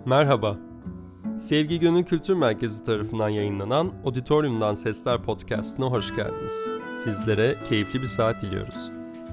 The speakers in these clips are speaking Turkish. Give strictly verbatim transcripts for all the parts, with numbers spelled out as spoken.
Merhaba. Sevgi Gönül Kültür Merkezi tarafından yayınlanan Auditorium'dan Sesler Podcast'ına hoş geldiniz. Sizlere keyifli bir saat diliyoruz.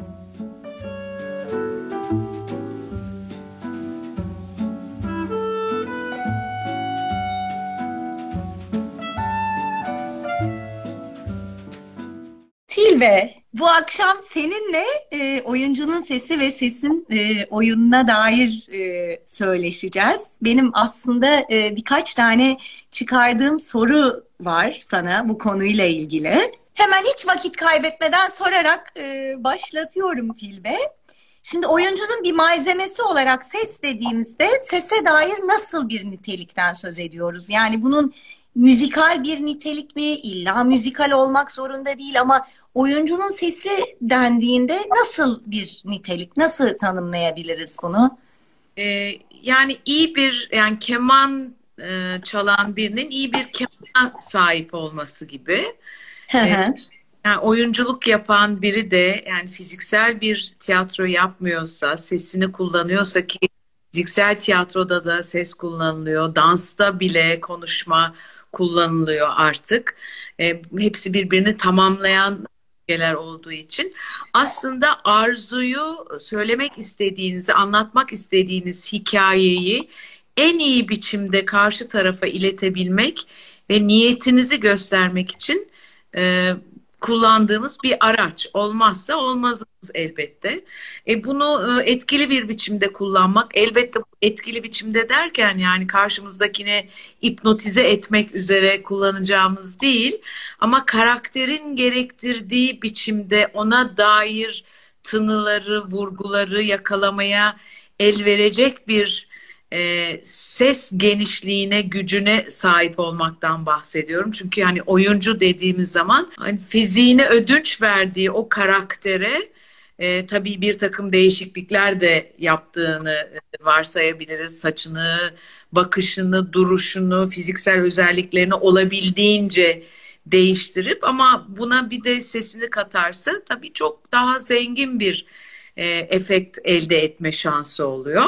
Tilbe, bu akşam seninle e, oyuncunun sesi ve sesin e, oyununa dair e, söyleşeceğiz. Benim aslında e, birkaç tane çıkardığım soru var sana bu konuyla ilgili. Hemen hiç vakit kaybetmeden sorarak e, başlatıyorum Tilbe. Şimdi oyuncunun bir malzemesi olarak ses dediğimizde sese dair nasıl bir nitelikten söz ediyoruz? Yani bunun müzikal bir nitelik mi? İlla müzikal olmak zorunda değil ama oyuncunun sesi dendiğinde nasıl bir nitelik? Nasıl tanımlayabiliriz bunu? Ee, yani iyi bir yani keman e, çalan birinin iyi bir kemana sahip olması gibi. Hı Ee, hı. yani oyunculuk yapan biri de yani fiziksel bir tiyatro yapmıyorsa, sesini kullanıyorsa ki fiziksel tiyatroda da ses kullanılıyor, dansta bile konuşma kullanılıyor artık. Ee, hepsi birbirini tamamlayan şeyler olduğu için aslında arzuyu söylemek istediğinizi, anlatmak istediğiniz hikayeyi en iyi biçimde karşı tarafa iletebilmek ve niyetinizi göstermek için e, kullandığımız bir araç. Olmazsa olmazımız elbette. E, bunu e, etkili bir biçimde kullanmak, elbette etkili biçimde derken yani karşımızdakine hipnotize etmek üzere kullanacağımız değil, ama karakterin gerektirdiği biçimde ona dair tınıları, vurguları yakalamaya el verecek bir e, ses genişliğine, gücüne sahip olmaktan bahsediyorum. Çünkü hani oyuncu dediğimiz zaman hani fiziğine ödünç verdiği o karaktere e, tabii bir takım değişiklikler de yaptığını e, varsayabiliriz. Saçını, bakışını, duruşunu, fiziksel özelliklerini olabildiğince değiştirip ama buna bir de sesini katarsa tabii çok daha zengin bir e, efekt elde etme şansı oluyor.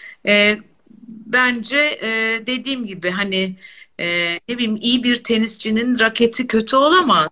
E, Bence e, dediğim gibi hani e, ne bileyim iyi bir tenisçinin raketi kötü olamaz.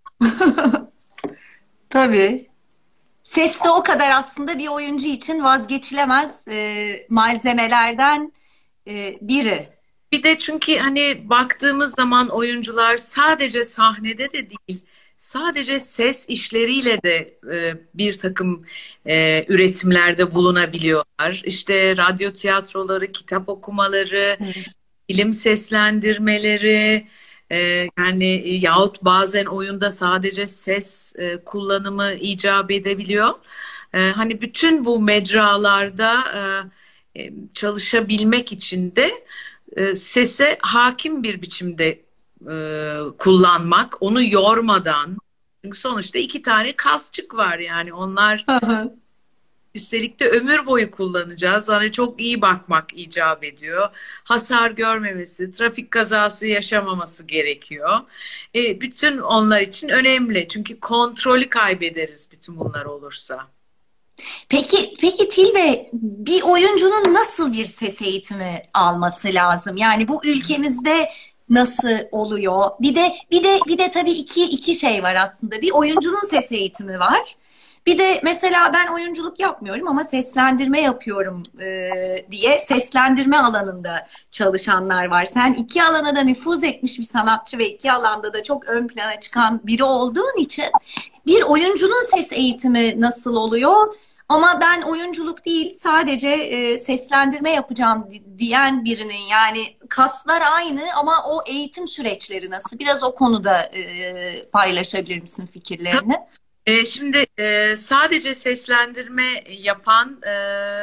Tabii. Ses de o kadar aslında bir oyuncu için vazgeçilemez e, malzemelerden e, biri. Bir de çünkü hani baktığımız zaman oyuncular sadece sahnede de değil, sadece ses işleriyle de e, bir takım e, üretimlerde bulunabiliyorlar. İşte radyo tiyatroları, kitap okumaları, Evet. film seslendirmeleri, e, yani e, yahut bazen oyunda sadece ses e, kullanımı icap edebiliyor. E, hani bütün bu mecralarda e, e, çalışabilmek için de e, sese hakim bir biçimde e, kullanmak, onu yormadan. Çünkü sonuçta iki tane kasçık var yani onlar. Hı hı. Üstelik de ömür boyu kullanacağız. Hani çok iyi bakmak icap ediyor. Hasar görmemesi, trafik kazası yaşamaması gerekiyor. E, bütün onlar için önemli. Çünkü kontrolü kaybederiz bütün bunlar olursa. Peki, peki Tilbe, bir oyuncunun nasıl bir ses eğitimi alması lazım? Yani bu ülkemizde nasıl oluyor? Bir de bir de bir de tabii iki iki şey var aslında. Bir oyuncunun ses eğitimi var. Bir de mesela ben oyunculuk yapmıyorum ama seslendirme yapıyorum e, diye seslendirme alanında çalışanlar var. Sen iki alana da nüfuz etmiş bir sanatçı ve iki alanda da çok ön plana çıkan biri olduğun için bir oyuncunun ses eğitimi nasıl oluyor? Ama ben oyunculuk değil sadece e, seslendirme yapacağım di- diyen birinin yani kaslar aynı ama o eğitim süreçleri nasıl? Biraz o konuda e, paylaşabilir misin fikirlerini? E, şimdi e, sadece seslendirme yapan e,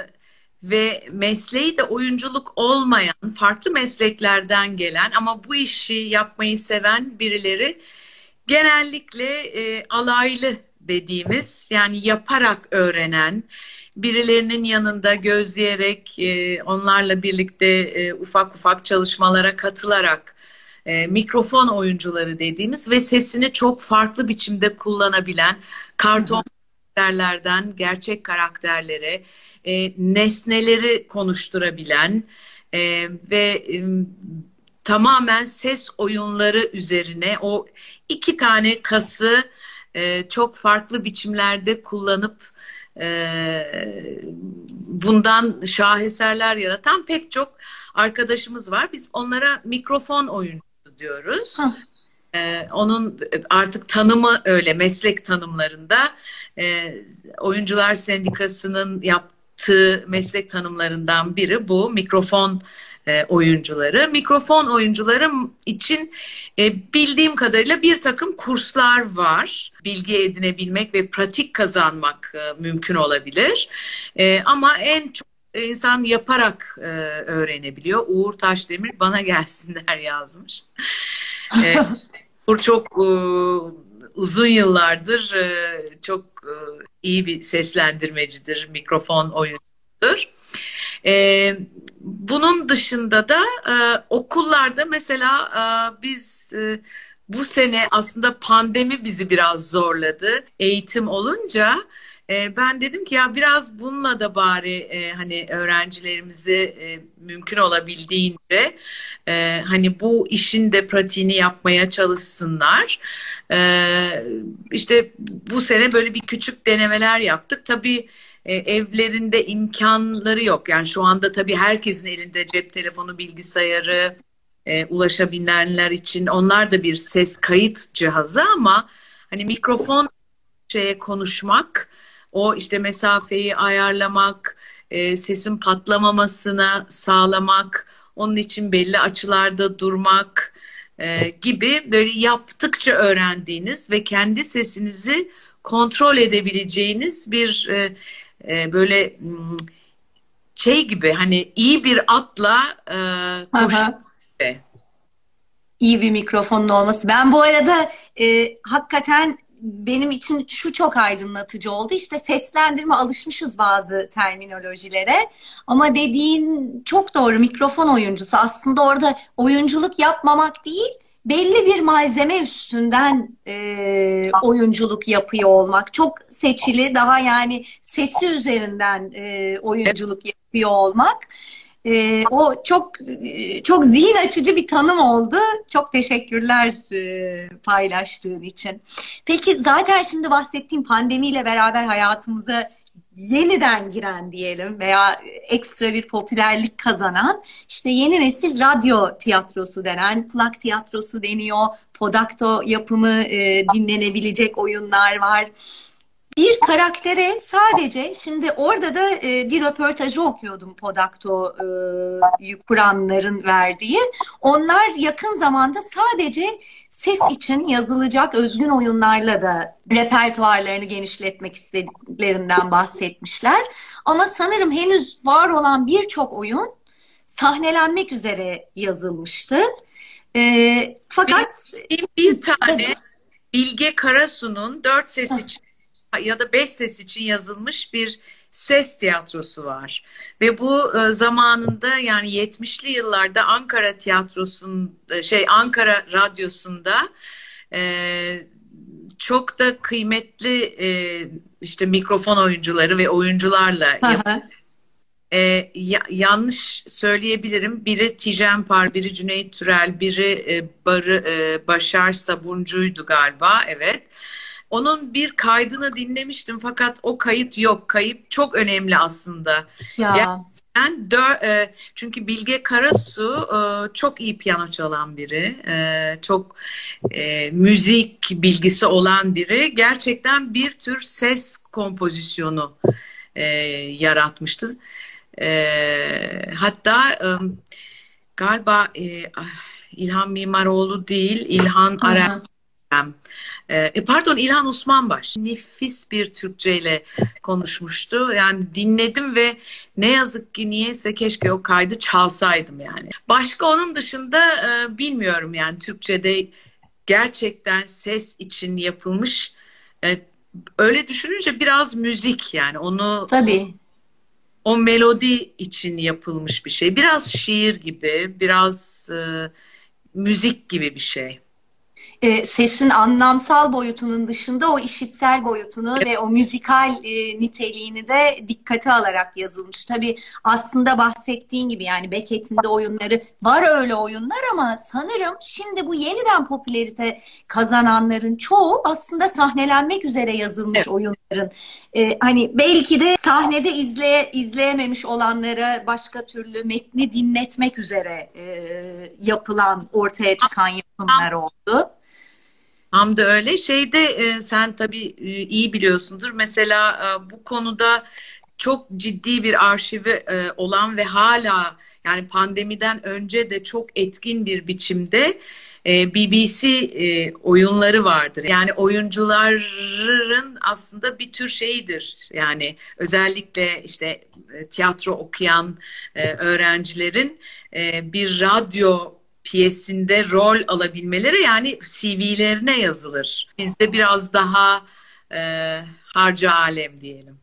ve mesleği de oyunculuk olmayan, farklı mesleklerden gelen ama bu işi yapmayı seven birileri genellikle e, alaylı dediğimiz yani yaparak öğrenen, birilerinin yanında gözleyerek e, onlarla birlikte e, ufak ufak çalışmalara katılarak e, mikrofon oyuncuları dediğimiz ve sesini çok farklı biçimde kullanabilen Hı karton hı. karakterlerden gerçek karakterlere, e, nesneleri konuşturabilen, E, ve e, tamamen ses oyunları üzerine o iki tane kası e, çok farklı biçimlerde kullanıp e, bundan şaheserler yaratan pek çok arkadaşımız var. Biz onlara mikrofon oyuncusu diyoruz. Hı. Ee, onun artık tanımı öyle, meslek tanımlarında e, Oyuncular Sendikası'nın yaptığı meslek tanımlarından biri bu mikrofon e, oyuncuları. Mikrofon oyuncuları için e, bildiğim kadarıyla bir takım kurslar var. Bilgi edinebilmek ve pratik kazanmak e, mümkün olabilir. E, ama en çok insan yaparak e, öğrenebiliyor. Uğur Taşdemir bana gelsinler yazmış. E, Uğur çok e, uzun yıllardır e, çok e, iyi bir seslendirmecidir, mikrofon oyuncudur. E, bunun dışında da e, okullarda mesela e, biz e, bu sene aslında pandemi bizi biraz zorladı. Eğitim olunca e, ben dedim ki ya biraz bununla da bari e, hani öğrencilerimizi e, mümkün olabildiğince e, hani bu işin de pratiğini yapmaya çalışsınlar. E, işte bu sene böyle bir küçük denemeler yaptık. Tabii e, evlerinde imkanları yok. Yani şu anda tabii herkesin elinde cep telefonu, bilgisayarı, e, ulaşabilenler için onlar da bir ses kayıt cihazı ama hani mikrofon şeye konuşmak, o işte mesafeyi ayarlamak, e, sesin patlamamasına sağlamak, onun için belli açılarda durmak e, gibi böyle yaptıkça öğrendiğiniz ve kendi sesinizi kontrol edebileceğiniz bir e, e, böyle hmm, şey gibi hani iyi bir atla e, koşmak gibi. İyi bir mikrofonun olması. Ben bu arada e, hakikaten benim için şu çok aydınlatıcı oldu. İşte seslendirme alışmışız bazı terminolojilere. Ama dediğin çok doğru, mikrofon oyuncusu. Aslında orada oyunculuk yapmamak değil, belli bir malzeme üstünden e, oyunculuk yapıyor olmak. Çok seçili, daha yani sesi üzerinden e, oyunculuk yapıyor olmak. Ee, o çok çok zihin açıcı bir tanım oldu. Çok teşekkürler e, paylaştığın için. Peki zaten şimdi bahsettiğim pandemiyle beraber hayatımıza yeniden giren diyelim veya ekstra bir popülerlik kazanan işte yeni nesil radyo tiyatrosu denen, plak tiyatrosu deniyor. Podakto yapımı e, dinlenebilecek oyunlar var. Bir karaktere sadece, şimdi orada da e, bir röportajı okuyordum Podakto'yu kuranların verdiği. Onlar yakın zamanda sadece ses için yazılacak özgün oyunlarla da repertuarlarını genişletmek istediklerinden bahsetmişler. Ama sanırım henüz var olan birçok oyun sahnelenmek üzere yazılmıştı. E, fakat Bir, bir tane Bilge Karasu'nun dört ses için ya da beş ses için yazılmış bir ses tiyatrosu var. Ve bu e, zamanında yani yetmişli yıllarda Ankara Tiyatrosu'nun şey Ankara Radyosu'nda e, çok da kıymetli e, işte mikrofon oyuncuları ve oyuncularla yapılmış. Ee, ya, yanlış söyleyebilirim. Biri Tijen Par, biri Cüneyt Türel, biri e, Barı, e, Başar Sabuncu'ydu galiba. Evet. Onun bir kaydını dinlemiştim fakat o kayıt yok. Kayıt çok önemli aslında. Ya. Yani dör, e, çünkü Bilge Karasu e, çok iyi piyano çalan biri. E, çok e, müzik bilgisi olan biri. Gerçekten bir tür ses kompozisyonu e, yaratmıştı. E, hatta e, galiba e, İlhan Mimaroğlu değil, İlhan Arem. E, pardon İlhan Osmanbaş. Nefis bir Türkçeyle konuşmuştu. Yani dinledim ve ne yazık ki niyeyse keşke o kaydı çalsaydım yani. Başka onun dışında e, bilmiyorum yani Türkçe'de gerçekten ses için yapılmış. E, öyle düşününce biraz müzik yani onu. Tabii. O melodi için yapılmış bir şey. Biraz şiir gibi, biraz e, müzik gibi bir şey. e, sesin anlamsal boyutunun dışında o işitsel boyutunu ve o müzikal e, niteliğini de dikkate alarak yazılmış. Tabii aslında bahsettiğin gibi yani Beckett'in de oyunları var, öyle oyunlar, ama sanırım şimdi bu yeniden popülerite kazananların çoğu aslında sahnelenmek üzere yazılmış Evet. oyunların. E, hani belki de sahnede izleye, izleyememiş olanlara başka türlü metni dinletmek üzere e, yapılan, ortaya çıkan yapımlar oldu. Tam da öyle. Şeyde e, sen tabii e, iyi biliyorsundur. Mesela e, bu konuda çok ciddi bir arşivi e, olan ve hala yani pandemiden önce de çok etkin bir biçimde e, B B C e, oyunları vardır. Yani oyuncuların aslında bir tür şeyidir. Yani özellikle işte e, tiyatro okuyan e, öğrencilerin e, bir radyo piyesinde rol alabilmeleri, yani C V'lerine yazılır. Bizde biraz daha e, harca alem diyelim.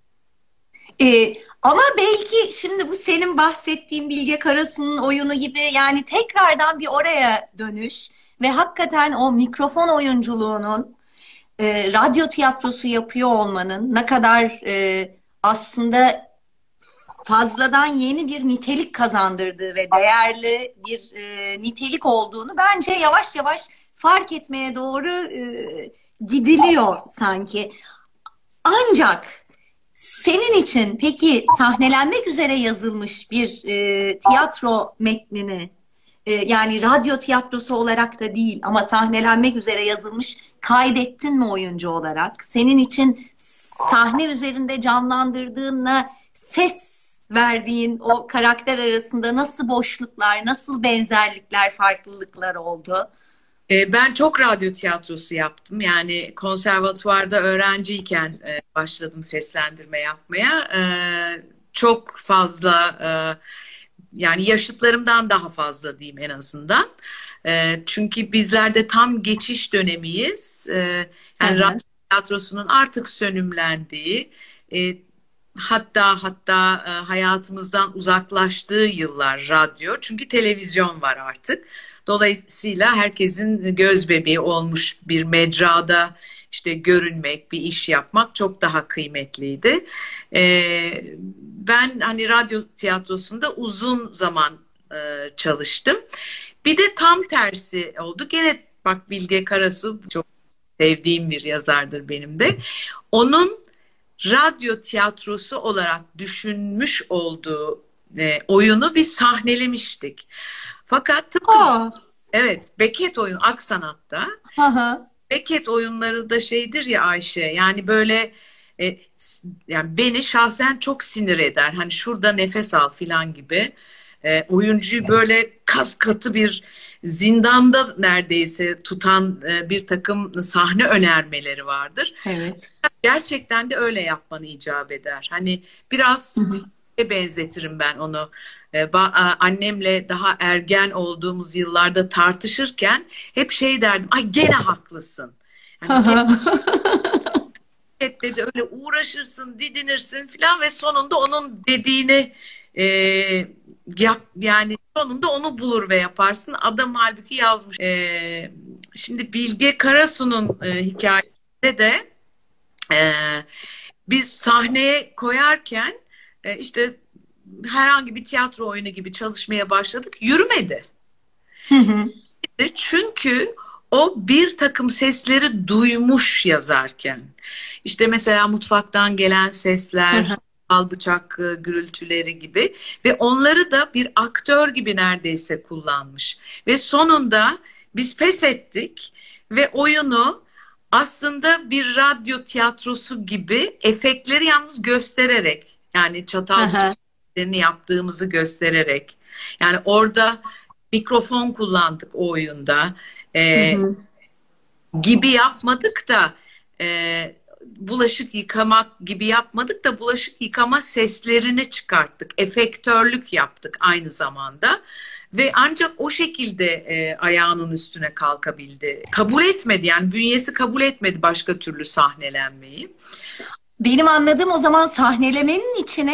Ee, ama belki şimdi bu senin bahsettiğin Bilge Karasu'nun oyunu gibi yani tekrardan bir oraya dönüş ve hakikaten o mikrofon oyunculuğunun e, radyo tiyatrosu yapıyor olmanın ne kadar e, aslında fazladan yeni bir nitelik kazandırdığı ve değerli bir e, nitelik olduğunu bence yavaş yavaş fark etmeye doğru e, gidiliyor sanki. Ancak senin için peki sahnelenmek üzere yazılmış bir e, tiyatro metnini, e, yani radyo tiyatrosu olarak da değil ama sahnelenmek üzere yazılmış, kaydettin mi oyuncu olarak? Senin için sahne üzerinde canlandırdığınla ses verdiğin o karakter arasında nasıl boşluklar, nasıl benzerlikler, farklılıklar oldu? E, Ben çok radyo tiyatrosu yaptım. Yani konservatuvarda öğrenciyken e, başladım seslendirme yapmaya. E, Çok fazla, e, yani yaşıtlarımdan daha fazla diyeyim en azından. E, Çünkü bizler de tam geçiş dönemiyiz. E, Yani Hı hı. radyo tiyatrosunun artık sönümlendiği, e, hatta hatta e, hayatımızdan uzaklaştığı yıllar radyo. Çünkü televizyon var artık. Dolayısıyla herkesin göz bebeği olmuş bir mecrada işte görünmek, bir iş yapmak çok daha kıymetliydi. Ee, ben hani radyo tiyatrosunda uzun zaman e, çalıştım. Bir de tam tersi oldu. Gene bak, Bilge Karasu çok sevdiğim bir yazardır benim de. Onun radyo tiyatrosu olarak düşünmüş olduğu e, oyunu biz sahnelemiştik. Fakat tıpkı Aa, evet, Beckett oyun Aksanat'ta. hı hı. Beckett oyunları da şeydir ya Ayşe, yani böyle e, s- yani beni şahsen çok sinir eder. Hani şurada nefes al filan gibi. E, oyuncuyu böyle kas katı bir zindanda neredeyse tutan e, bir takım sahne önermeleri vardır. Evet. Gerçekten de öyle yapmanı icap eder. Hani biraz Hı hı. benzetirim ben onu. Ee, ba- a- Annemle daha ergen olduğumuz yıllarda tartışırken hep şey derdim. Ay gene haklısın. Hı Hani gene hı. dedi, öyle uğraşırsın, didinirsin falan ve sonunda onun dediğini e, yap, yani sonunda onu bulur ve yaparsın. Adam halbuki yazmış. E, şimdi Bilge Karasu'nun e, hikayesinde de e, biz sahneye koyarken e, işte herhangi bir tiyatro oyunu gibi çalışmaya başladık. Yürümedi. Hı hı. Çünkü o bir takım sesleri duymuş yazarken. İşte mesela mutfaktan gelen Hı sesler, hı. al bıçak e, gürültüleri gibi ve onları da bir aktör gibi neredeyse kullanmış. Ve sonunda biz pes ettik ve oyunu aslında bir radyo tiyatrosu gibi efektleri yalnız göstererek, yani Hı çatal bıçak hı. seslerini yaptığımızı göstererek, yani orada mikrofon kullandık o oyunda. Hı Ee, hı. Gibi yapmadık da e, bulaşık yıkamak gibi yapmadık da bulaşık yıkama seslerini çıkarttık. Efektörlük yaptık aynı zamanda. Ve ancak o şekilde e, ayağının üstüne kalkabildi. Kabul etmedi, yani bünyesi kabul etmedi başka türlü sahnelenmeyi. Benim anladığım o zaman sahnelemenin içine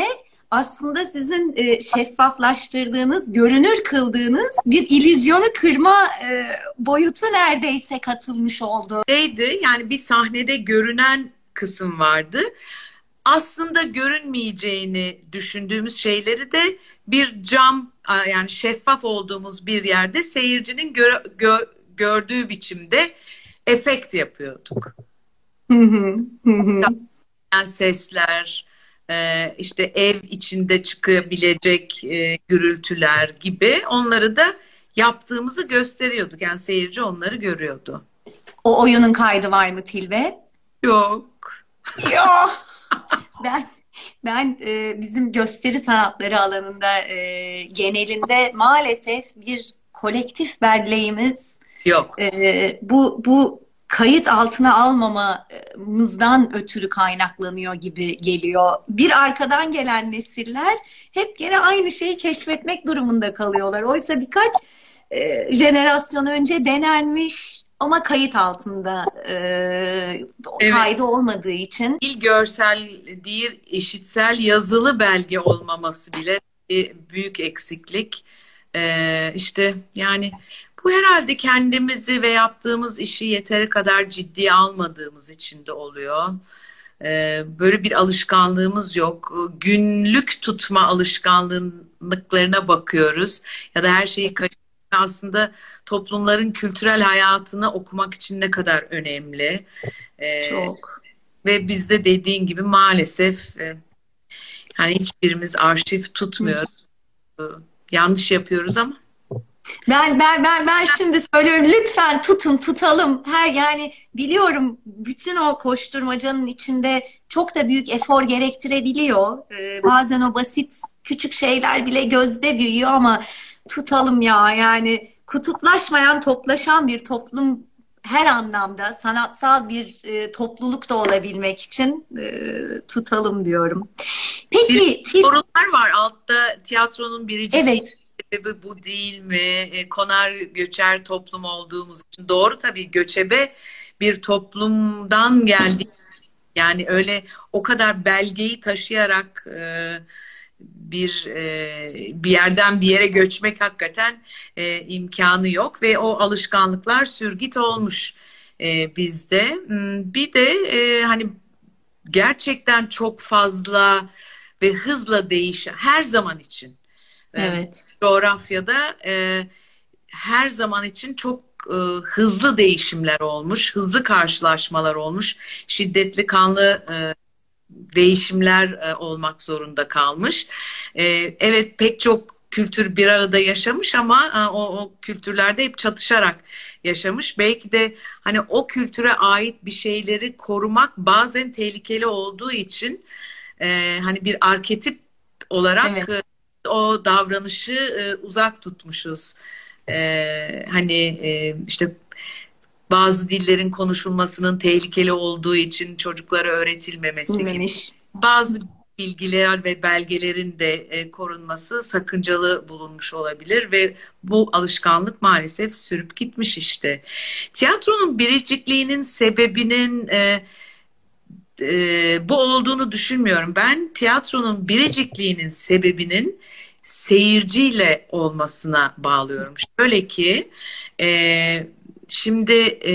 aslında sizin e, şeffaflaştırdığınız, görünür kıldığınız bir illüzyonu kırma e, boyutu neredeyse katılmış oldu. Şeydi, yani bir sahnede görünen kısım vardı. Aslında görünmeyeceğini düşündüğümüz şeyleri de bir cam, yani şeffaf olduğumuz bir yerde seyircinin gö gö gördüğü biçimde efekt yapıyorduk. Hı hı, hı hı. Yani sesler, e, işte ev içinde çıkabilecek e, gürültüler gibi, onları da yaptığımızı gösteriyorduk. Yani seyirci onları görüyordu. O oyunun kaydı var mı Tilbe? Yok. Yok. Ben ben e, bizim gösteri sanatları alanında e, genelinde maalesef bir kolektif belleğimiz Yok. e, bu bu kayıt altına almamamızdan ötürü kaynaklanıyor gibi geliyor. Bir arkadan gelen nesiller hep gene aynı şeyi keşfetmek durumunda kalıyorlar. Oysa birkaç e, jenerasyon önce denenmiş ama kayıt altında e, Evet. kaydı olmadığı için. Değil görsel değil, işitsel yazılı belge olmaması bile bir büyük eksiklik. Ee, işte yani bu herhalde kendimizi ve yaptığımız işi yeteri kadar ciddiye almadığımız için de oluyor. Ee, böyle bir alışkanlığımız yok. Günlük tutma alışkanlıklarına bakıyoruz ya da her şeyi kaçırıyoruz. Aslında toplumların kültürel hayatını okumak için ne kadar önemli. Ee, Çok. Ve bizde dediğin gibi maalesef e, hani hiçbirimiz arşiv tutmuyoruz. E, Yanlış yapıyoruz ama. Ben ben ben ben şimdi söylüyorum, lütfen tutun, tutalım. Her yani biliyorum bütün o koşturmacanın içinde çok da büyük efor gerektirebiliyor. Ee, bazen o basit küçük şeyler bile gözde büyüyor ama tutalım ya. Yani kutuplaşmayan, toplaşan bir toplum, her anlamda sanatsal bir e, topluluk da olabilmek için e, tutalım diyorum. Peki, Til- Sorunlar var altta, tiyatronun biricikliği evet. sebebi bu değil mi? E, konar göçer toplum olduğumuz için. Doğru, tabii göçebe bir toplumdan geldik. Yani öyle o kadar belgeyi taşıyarak e, bir e, bir yerden bir yere göçmek hakikaten e, imkanı yok ve o alışkanlıklar sürgit olmuş e, bizde. Hmm, Bir de e, hani gerçekten çok fazla ve hızla değişen her zaman için e, Evet. coğrafyada e, her zaman için çok e, hızlı değişimler olmuş, hızlı karşılaşmalar olmuş, şiddetli kanlı e, değişimler e, olmak zorunda kalmış. E, evet, pek çok kültür bir arada yaşamış ama e, o, o kültürlerde hep çatışarak yaşamış. Belki de hani o kültüre ait bir şeyleri korumak bazen tehlikeli olduğu için e, hani bir arketip olarak Evet. e, o davranışı e, uzak tutmuşuz. E, hani e, işte bazı dillerin konuşulmasının tehlikeli olduğu için çocuklara öğretilmemesi gibi. Bilmemiş. Bazı bilgiler ve belgelerin de e, korunması sakıncalı bulunmuş olabilir ve bu alışkanlık maalesef sürüp gitmiş işte. Tiyatronun biricikliğinin sebebinin e, e, bu olduğunu düşünmüyorum. Ben tiyatronun biricikliğinin sebebinin seyirciyle olmasına bağlıyorum. Şöyle ki e, şimdi e,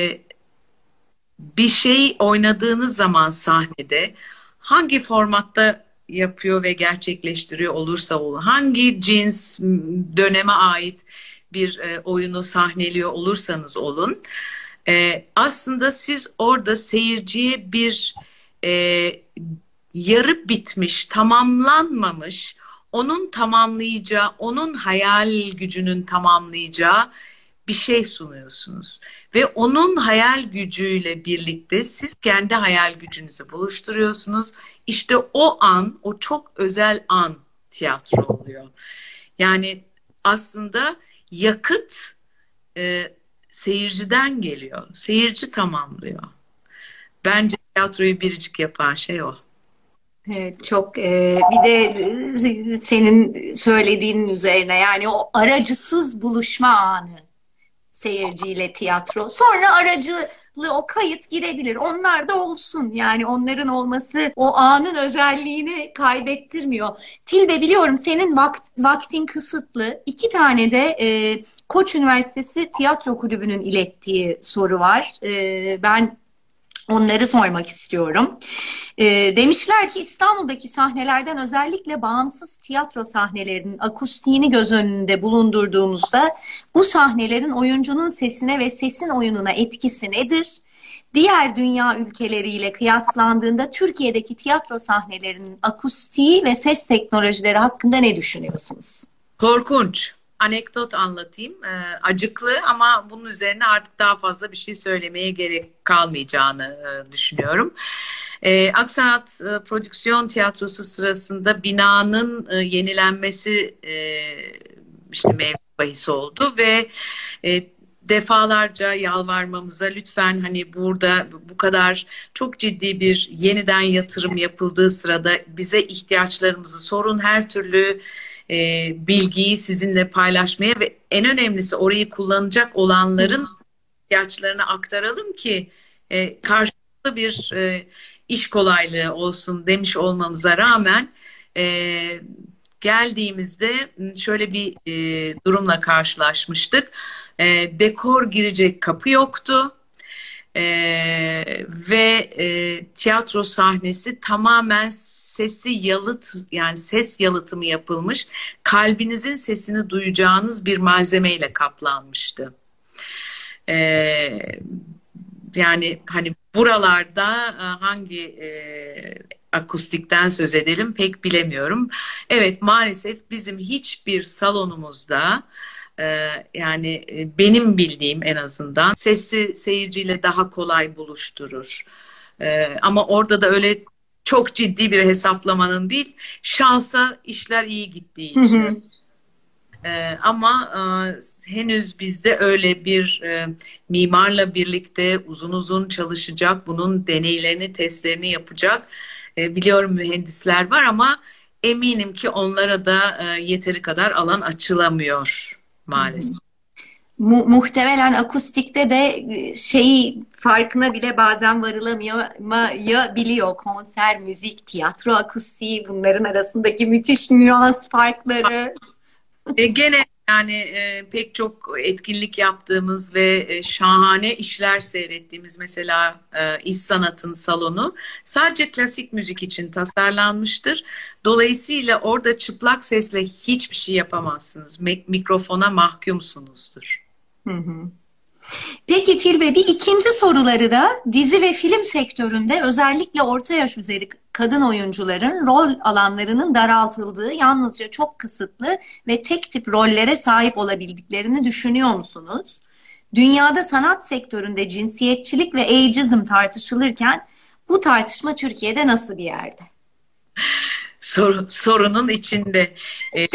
bir şey oynadığınız zaman sahnede hangi formatta yapıyor ve gerçekleştiriyor olursa olun, hangi cins döneme ait bir e, oyunu sahneliyor olursanız olun, e, aslında siz orada seyirciye bir e, yarı bitmiş, tamamlanmamış, onun tamamlayacağı, onun hayal gücünün tamamlayacağı bir şey sunuyorsunuz. Ve onun hayal gücüyle birlikte siz kendi hayal gücünüzü buluşturuyorsunuz. İşte o an, o çok özel an tiyatro oluyor. Yani aslında yakıt e, seyirciden geliyor. Seyirci tamamlıyor. Bence tiyatroyu biricik yapan şey o. Evet, çok e, bir de e, senin söylediğin üzerine yani o aracısız buluşma anı seyirciyle tiyatro. Sonra aracı farklı o kayıt girebilir. Onlar da olsun. Yani onların olması o anın özelliğini kaybettirmiyor. Tilbe, biliyorum senin vakt, vaktin kısıtlı. İki tane de e, Koç Üniversitesi Tiyatro Kulübü'nün ilettiği soru var. E, ben onları sormak istiyorum. E, demişler ki İstanbul'daki sahnelerden özellikle bağımsız tiyatro sahnelerinin akustiğini göz önünde bulundurduğumuzda bu sahnelerin oyuncunun sesine ve sesin oyununa etkisi nedir? Diğer dünya ülkeleriyle kıyaslandığında Türkiye'deki tiyatro sahnelerinin akustiği ve ses teknolojileri hakkında ne düşünüyorsunuz? Korkunç. Anekdot anlatayım. Ee, acıklı ama bunun üzerine artık daha fazla bir şey söylemeye gerek kalmayacağını e, düşünüyorum. Ee, Aksanat e, Prodüksiyon Tiyatrosu sırasında binanın e, yenilenmesi e, işte mevzu bahis oldu ve e, defalarca yalvarmamıza lütfen hani burada bu kadar çok ciddi bir yeniden yatırım yapıldığı sırada bize ihtiyaçlarımızı sorun, her türlü e, bilgiyi sizinle paylaşmaya ve en önemlisi orayı kullanacak olanların ihtiyaçlarını aktaralım ki e, karşılıklı bir e, iş kolaylığı olsun demiş olmamıza rağmen e, geldiğimizde şöyle bir e, durumla karşılaşmıştık. E, dekor girecek kapı yoktu. Ee, ve e, tiyatro sahnesi tamamen sesi yalıt, yani ses yalıtımı yapılmış, kalbinizin sesini duyacağınız bir malzemeyle kaplanmıştı. Ee, yani hani buralarda e, hangi e, akustikten söz edelim pek bilemiyorum. Evet, maalesef bizim hiçbir salonumuzda Ee, yani benim bildiğim en azından sesi seyirciyle daha kolay buluşturur. Ee, ama orada da öyle çok ciddi bir hesaplamanın değil, şansa işler iyi gittiği için. Hı hı. Ee, ama e, henüz bizde öyle bir e, mimarla birlikte uzun uzun çalışacak, bunun deneylerini, testlerini yapacak e, biliyorum mühendisler var ama eminim ki onlara da e, yeteri kadar alan açılamıyor. Maalesef. Mu muhtemelen akustikte de şeyi farkına bile bazen varılamayabiliyor. Konser, müzik, tiyatro akustiği, bunların arasındaki müthiş nüans farkları. E, gene yani e, pek çok etkinlik yaptığımız ve e, şahane işler seyrettiğimiz mesela e, İş Sanat'ın salonu sadece klasik müzik için tasarlanmıştır. Dolayısıyla orada çıplak sesle hiçbir şey yapamazsınız. Mikrofona mahkumsunuzdur. Hı hı. Peki Tilbe, bir ikinci soruları da dizi ve film sektöründe özellikle orta yaş üzeri kadın oyuncuların rol alanlarının daraltıldığı, yalnızca çok kısıtlı ve tek tip rollere sahip olabildiklerini düşünüyor musunuz? Dünyada sanat sektöründe cinsiyetçilik ve ageizm tartışılırken bu tartışma Türkiye'de nasıl bir yerde? Sor, sorunun içinde. E,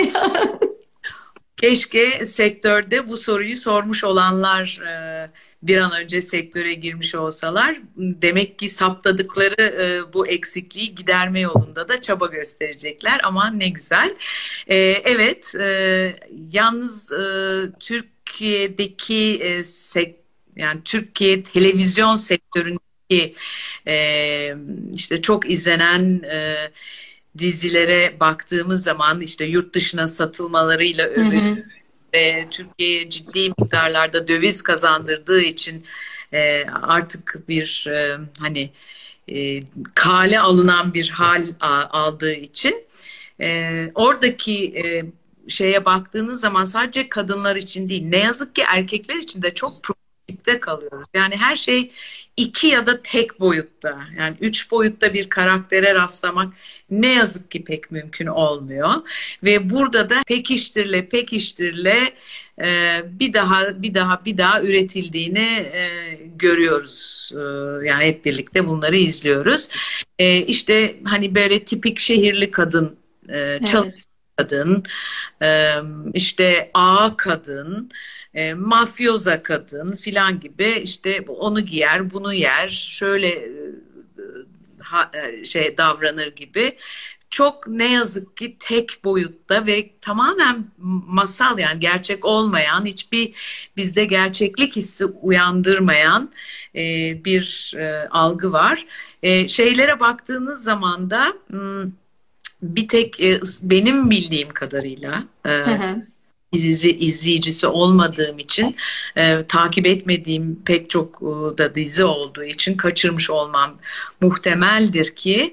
keşke sektörde bu soruyu sormuş olanlar e, bir an önce sektöre girmiş olsalar. Demek ki saptadıkları e, bu eksikliği giderme yolunda da çaba gösterecekler. Ama ne güzel. E, evet, e, yalnız e, Türkiye'deki e, sek, yani Türkiye televizyon sektöründeki e, işte çok izlenen e, dizilere baktığımız zaman işte yurt dışına satılmalarıyla övülüyor ve Türkiye'ye ciddi miktarlarda döviz kazandırdığı için e, artık bir e, hani e, kale alınan bir hal a, aldığı için e, oradaki e, şeye baktığınız zaman sadece kadınlar için değil, ne yazık ki erkekler için de çok problemlikte kalıyoruz. Yani her şey iki ya da tek boyutta, yani üç boyutta bir karaktere rastlamak ne yazık ki pek mümkün olmuyor. Ve burada da pekiştirle pekiştirle e, bir daha bir daha bir daha üretildiğini e, görüyoruz. E, yani hep birlikte bunları izliyoruz. E, işte hani böyle tipik şehirli kadın, e, çalışan evet. kadın, e, işte ağa kadın, E, mafyoza kadın filan gibi, işte onu giyer, bunu yer, şöyle e, ha, şey davranır gibi çok ne yazık ki tek boyutta ve tamamen masal, yani gerçek olmayan, hiçbir bizde gerçeklik hissi uyandırmayan e, bir e, algı var. E, şeylere baktığınız zaman da hmm, bir tek e, benim bildiğim kadarıyla e, Hı hı. dizi izleyicisi olmadığım için, e, takip etmediğim pek çok e, da dizi olduğu için kaçırmış olmam muhtemeldir ki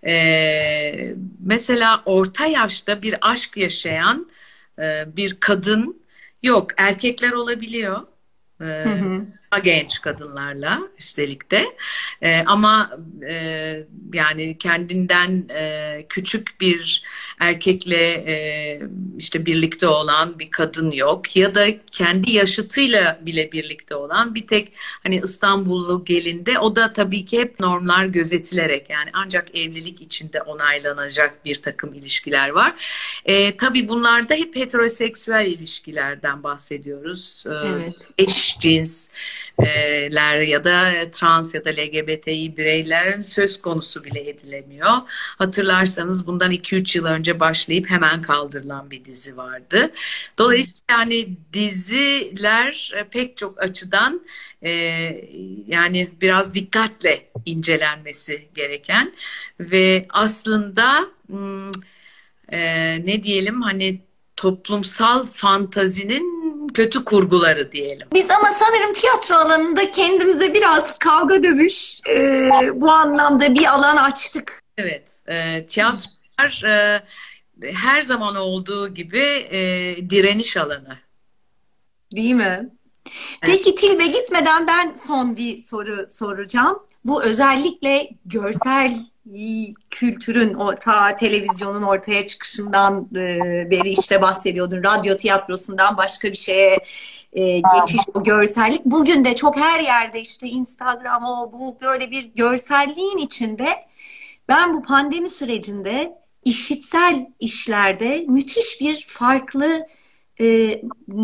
e, mesela orta yaşta bir aşk yaşayan e, bir kadın yok. Erkekler olabiliyor. Hı E, hı. Genç kadınlarla üstelik de. E, ama e, yani kendinden e, küçük bir erkekle e, işte birlikte olan bir kadın yok, ya da kendi yaşıtıyla bile birlikte olan bir tek hani İstanbullu gelinde, o da tabii ki hep normlar gözetilerek, yani ancak evlilik içinde onaylanacak bir takım ilişkiler var. E, tabii bunlarda hep heteroseksüel ilişkilerden bahsediyoruz. E, Evet. eşcinsler ya da trans ya da L G B T İ bireylerin söz konusu bile edilemiyor. Hatırlarsanız bundan iki üç yıl önce başlayıp hemen kaldırılan bir dizi vardı. Dolayısıyla yani diziler e, pek çok açıdan e, yani biraz dikkatle incelenmesi gereken ve aslında hmm, e, ne diyelim, hani toplumsal fantazinin kötü kurguları diyelim. Biz ama sanırım tiyatro alanında kendimize biraz kavga dövüş e, bu anlamda bir alan açtık. Evet, e, tiyatrolar e, her zaman olduğu gibi e, direniş alanı. Değil mi? Evet. Peki Tilbe, gitmeden ben son bir soru soracağım. Bu özellikle görsel kültürün o ta televizyonun ortaya çıkışından e, beri işte bahsediyordun. Radyo tiyatrosundan başka bir şeye e, geçiş, o görsellik. Bugün de çok her yerde işte Instagram, o bu böyle bir görselliğin içinde. Ben bu pandemi sürecinde işitsel işlerde müthiş bir farklı e,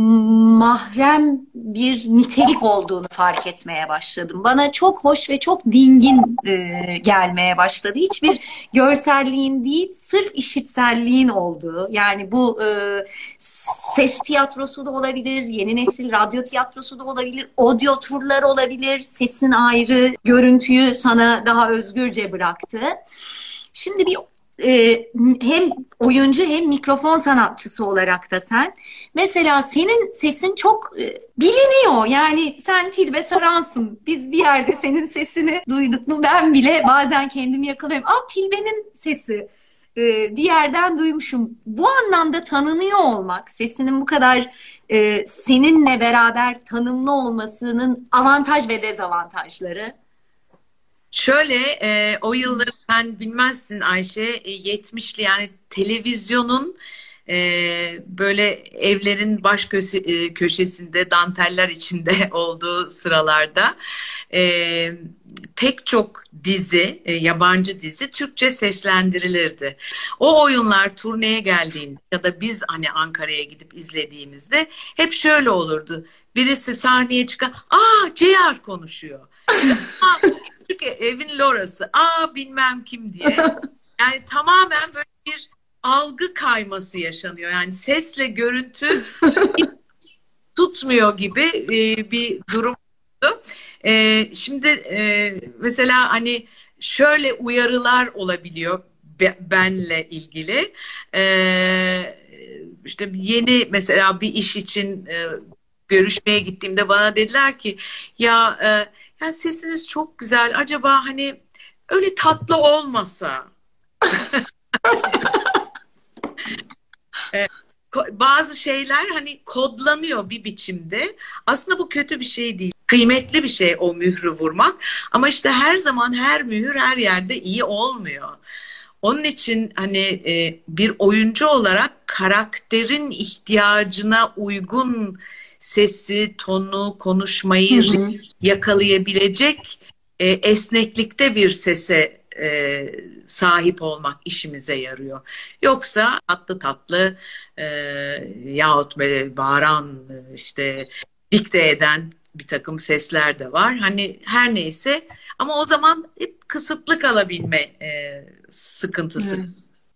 mahrem bir nitelik olduğunu fark etmeye başladım. Bana çok hoş ve çok dingin e, gelmeye başladı. Hiçbir görselliğin değil, sırf işitselliğin olduğu. Yani bu e, ses tiyatrosu da olabilir, yeni nesil radyo tiyatrosu da olabilir, audio turlar olabilir, sesin ayrı, görüntüyü sana daha özgürce bıraktı. Şimdi bir e, hem oyuncu hem mikrofon sanatçısı olarak da sen, mesela senin sesin çok e, biliniyor. Yani sen Tilbe Saransın. Biz bir yerde senin sesini duyduk mu ben bile bazen kendimi yakalıyorum. Aa, Tilbe'nin sesi. E, bir yerden duymuşum. Bu anlamda tanınıyor olmak, sesinin bu kadar e, seninle beraber tanımlı olmasının avantaj ve dezavantajları. Şöyle e, o yılları sen bilmezsin Ayşe, e, yetmişli, yani televizyonun e, böyle evlerin baş köşe, e, köşesinde danteller içinde olduğu sıralarda e, pek çok dizi, e, yabancı dizi Türkçe seslendirilirdi. O oyunlar turneye geldiğinde ya da biz hani Ankara'ya gidip izlediğimizde hep şöyle olurdu. Birisi sahneye çıkan, aa C R konuşuyor. Aa, küçük evin Lorası, aa bilmem kim diye. Yani tamamen böyle bir algı kayması yaşanıyor. Yani sesle görüntü tutmuyor gibi e, bir durum. E, şimdi e, mesela hani şöyle uyarılar olabiliyor be- benle ilgili. E, işte yeni mesela bir iş için e, görüşmeye gittiğimde bana dediler ki ya e, ya sesiniz çok güzel, acaba hani öyle tatlı olmasa. E, ko- Bazı şeyler hani kodlanıyor bir biçimde. Aslında bu kötü bir şey değil. Kıymetli bir şey o mührü vurmak. Ama işte her zaman her mühür her yerde iyi olmuyor. Onun için hani e, bir oyuncu olarak karakterin ihtiyacına uygun sesi, tonu, konuşmayı Hı hı. yakalayabilecek e, esneklikte bir sese e, sahip olmak işimize yarıyor. Yoksa tatlı tatlı e, yahut böyle bağıran, e, işte dikte eden bir takım sesler de var. Hani her neyse, ama o zaman hep kısıtlı kalabilme e, sıkıntısı. Evet.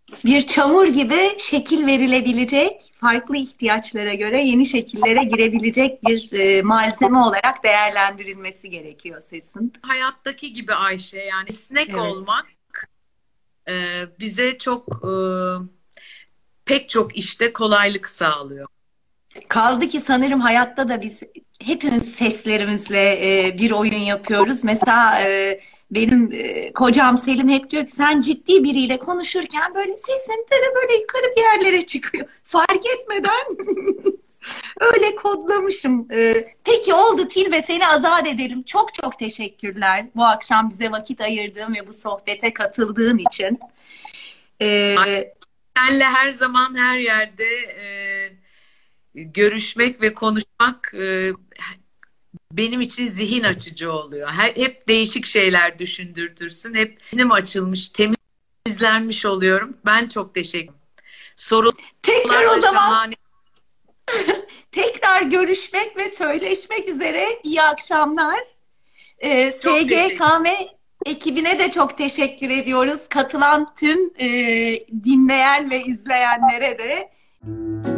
bir çamur gibi şekil verilebilecek, farklı ihtiyaçlara göre yeni şekillere girebilecek bir e, malzeme olarak değerlendirilmesi gerekiyor sesin. Hayattaki gibi Ayşe, yani esnek Evet. olmak e, bize çok e, pek çok işte kolaylık sağlıyor. Kaldı ki sanırım hayatta da biz hepimiz seslerimizle e, bir oyun yapıyoruz. Mesela e, benim e, kocam Selim hep diyor ki sen ciddi biriyle konuşurken böyle sesin de böyle yukarı bir yerlere çıkıyor. Fark etmeden öyle kodlamışım. E, peki oldu Tilbe, seni azat edelim. Çok çok teşekkürler bu akşam bize vakit ayırdığın ve bu sohbete katıldığın için. E, Senle her zaman her yerde e, görüşmek ve konuşmak e, benim için zihin açıcı oluyor. Hep, hep değişik şeyler düşündürtürsün. Hep benim açılmış, temizlenmiş oluyorum. Ben çok teşekkür ederim. Sorular tekrar o da zaman şahane. tekrar görüşmek ve söyleşmek üzere. İyi akşamlar. Ee, Çok S G K M ekibine de çok teşekkür ediyoruz. Katılan tüm e, dinleyen ve izleyenlere de.